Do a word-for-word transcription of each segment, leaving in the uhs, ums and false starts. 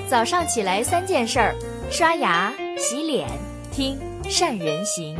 早上起来三件事儿：刷牙、洗脸、听善人行。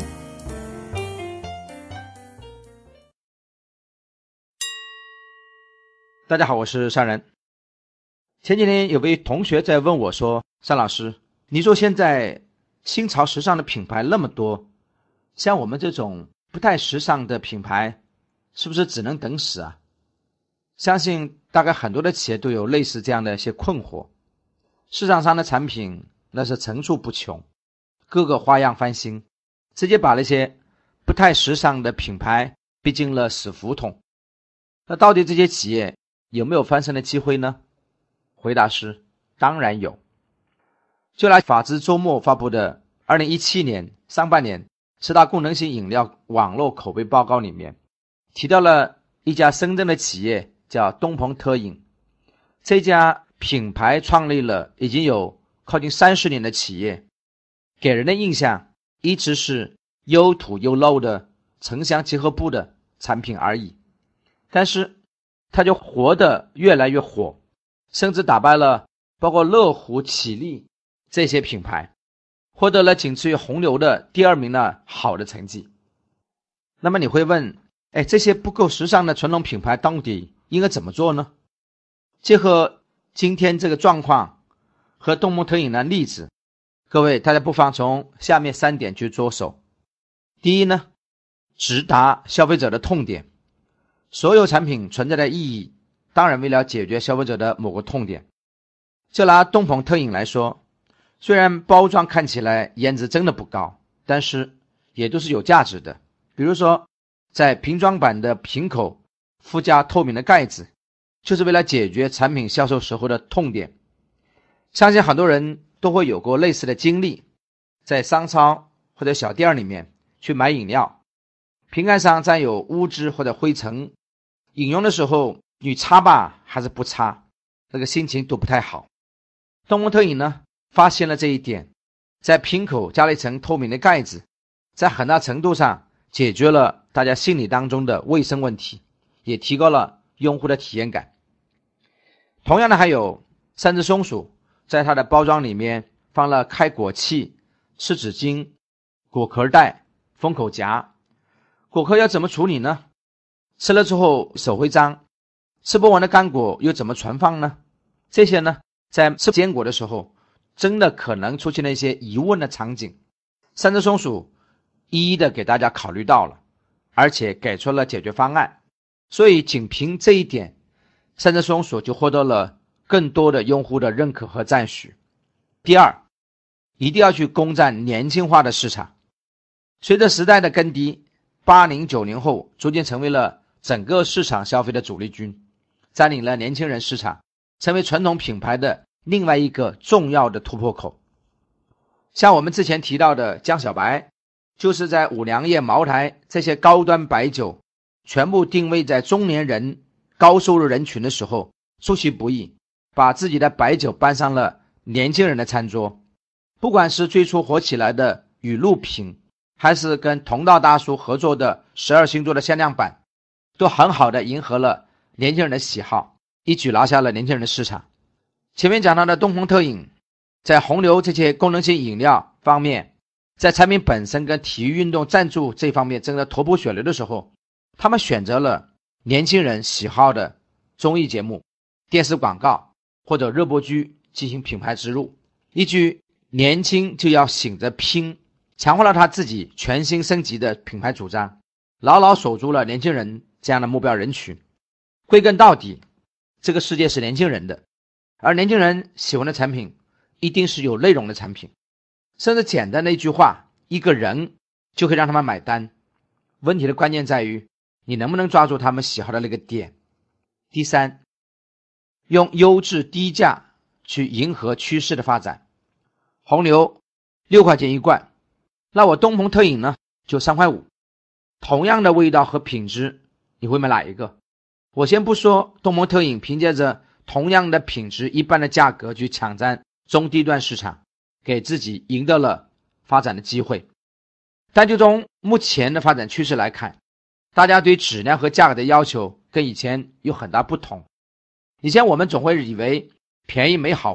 大家好，我是善人。前几天有位同学在问我说，单老师，你说现在新潮时尚的品牌那么多，像我们这种不太时尚的品牌是不是只能等死啊？相信大概很多的企业都有类似这样的一些困惑。市场上的产品那是层出不穷，各个花样翻新，直接把那些不太时尚的品牌逼进了死胡同。那到底这些企业有没有翻身的机会呢？回答是当然有。就拿法制周末发布的二零一七年上半年十大功能性饮料网络口碑报告里面提到了一家深圳的企业叫东鹏特饮。这家品牌创立了已经有靠近三十年的企业，给人的印象一直是又土又 low 的城乡结合部的产品而已，但是它就活得越来越火，甚至打败了包括乐虎、启力这些品牌，获得了仅次于红牛的第二名的好的成绩。那么你会问，哎，这些不够时尚的传统品牌到底应该怎么做呢？结合今天这个状况和东鹏特饮的例子，各位大家不妨从下面三点去着手。第一呢，直达消费者的痛点。所有产品存在的意义当然为了解决消费者的某个痛点。就拿东鹏特饮来说，虽然包装看起来颜值真的不高，但是也都是有价值的。比如说在瓶装版的瓶口附加透明的盖子，就是为了解决产品销售时候的痛点。相信很多人都会有过类似的经历，在商超或者小店里面去买饮料，瓶盖上沾有污渍或者灰尘，饮用的时候你擦吧还是不擦，那个心情都不太好。东鹏特饮呢发现了这一点，在瓶口加了一层透明的盖子，在很大程度上解决了大家心理当中的卫生问题，也提高了用户的体验感。同样的还有三只松鼠，在它的包装里面放了开果器、湿纸巾、果壳袋、封口夹。果壳要怎么处理呢？吃了之后手会脏，吃不完的干果又怎么存放呢？这些呢，在吃坚果的时候真的可能出现了一些疑问的场景，三只松鼠一一的给大家考虑到了，而且给出了解决方案。所以仅凭这一点，三只松鼠就获得了更多的用户的认可和赞许。第二，一定要去攻占年轻化的市场。随着时代的更迭，八零九零后逐渐成为了整个市场消费的主力军，占领了年轻人市场，成为传统品牌的另外一个重要的突破口。像我们之前提到的江小白，就是在五粮液、茅台这些高端白酒全部定位在中年人高收入人群的时候，出其不意把自己的白酒搬上了年轻人的餐桌。不管是最初火起来的雨露品，还是跟同道大叔合作的十二星座的限量版，都很好的迎合了年轻人的喜好，一举拿下了年轻人的市场。前面讲到的东鹏特饮，在红牛这些功能性饮料方面，在产品本身跟体育运动赞助这方面争得头破血流的时候，他们选择了年轻人喜好的综艺节目、电视广告或者热播剧进行品牌植入，一句年轻就要醒着拼，强化了他自己全新升级的品牌主张，牢牢守住了年轻人这样的目标人群。归根到底，这个世界是年轻人的，而年轻人喜欢的产品一定是有内容的产品，甚至简单的一句话，一个人就可以让他们买单。问题的关键在于你能不能抓住他们喜好的那个点。第三，用优质低价去迎合趋势的发展。红牛六块钱一罐，那我东鹏特饮呢就三块五，同样的味道和品质，你会买哪一个？我先不说东鹏特饮凭借着同样的品质一半的价格去抢占中低端市场，给自己赢得了发展的机会，但就从目前的发展趋势来看，大家对质量和价格的要求跟以前有很大不同。以前我们总会以为便宜没好货，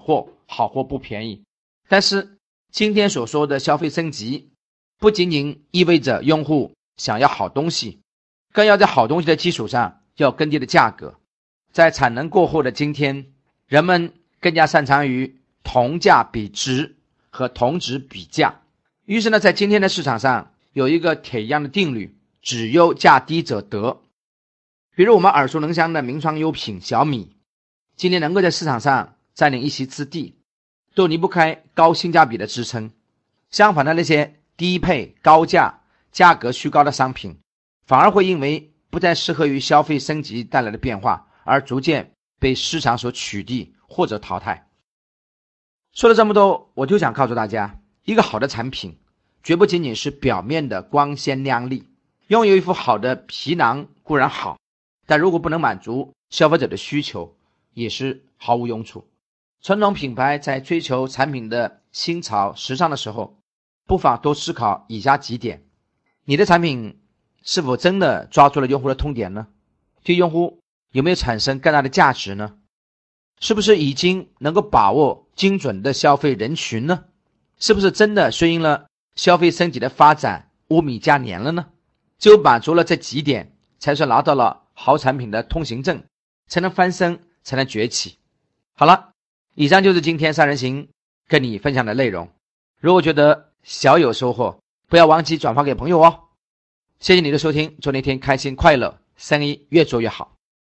好货不便宜。但是今天所说的消费升级，不仅仅意味着用户想要好东西，更要在好东西的基础上要更低的价格。在产能过后的今天，人们更加擅长于同价比值和同值比价。于是呢，在今天的市场上有一个铁一样的定律，只优价低者得。比如我们耳熟能详的名创优品小米，今天能够在市场上占领一席之地，都离不开高性价比的支撑。相反的，那些低配高价价格虚高的商品，反而会因为不再适合于消费升级带来的变化，而逐渐被市场所取缔或者淘汰。说了这么多，我就想告诉大家，一个好的产品绝不仅仅是表面的光鲜亮丽，拥有一副好的皮囊固然好，但如果不能满足消费者的需求，也是毫无用处。传统品牌在追求产品的新潮时尚的时候，不妨多思考以下几点：你的产品是否真的抓住了用户的痛点呢？对用户有没有产生更大的价值呢？是不是已经能够把握精准的消费人群呢？是不是真的顺应了消费升级的发展物美价廉了呢？只有满足了这几点，才算拿到了好产品的通行证，才能翻身，才能崛起。好了，以上就是今天三人行跟你分享的内容。如果觉得小有收获，不要忘记转发给朋友哦。谢谢你的收听，祝你一天开心快乐，生意越做越好。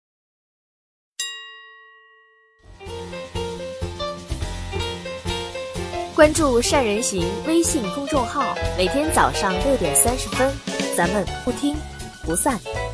关注善人行微信公众号，每天早上六点三十分，咱们不听不散。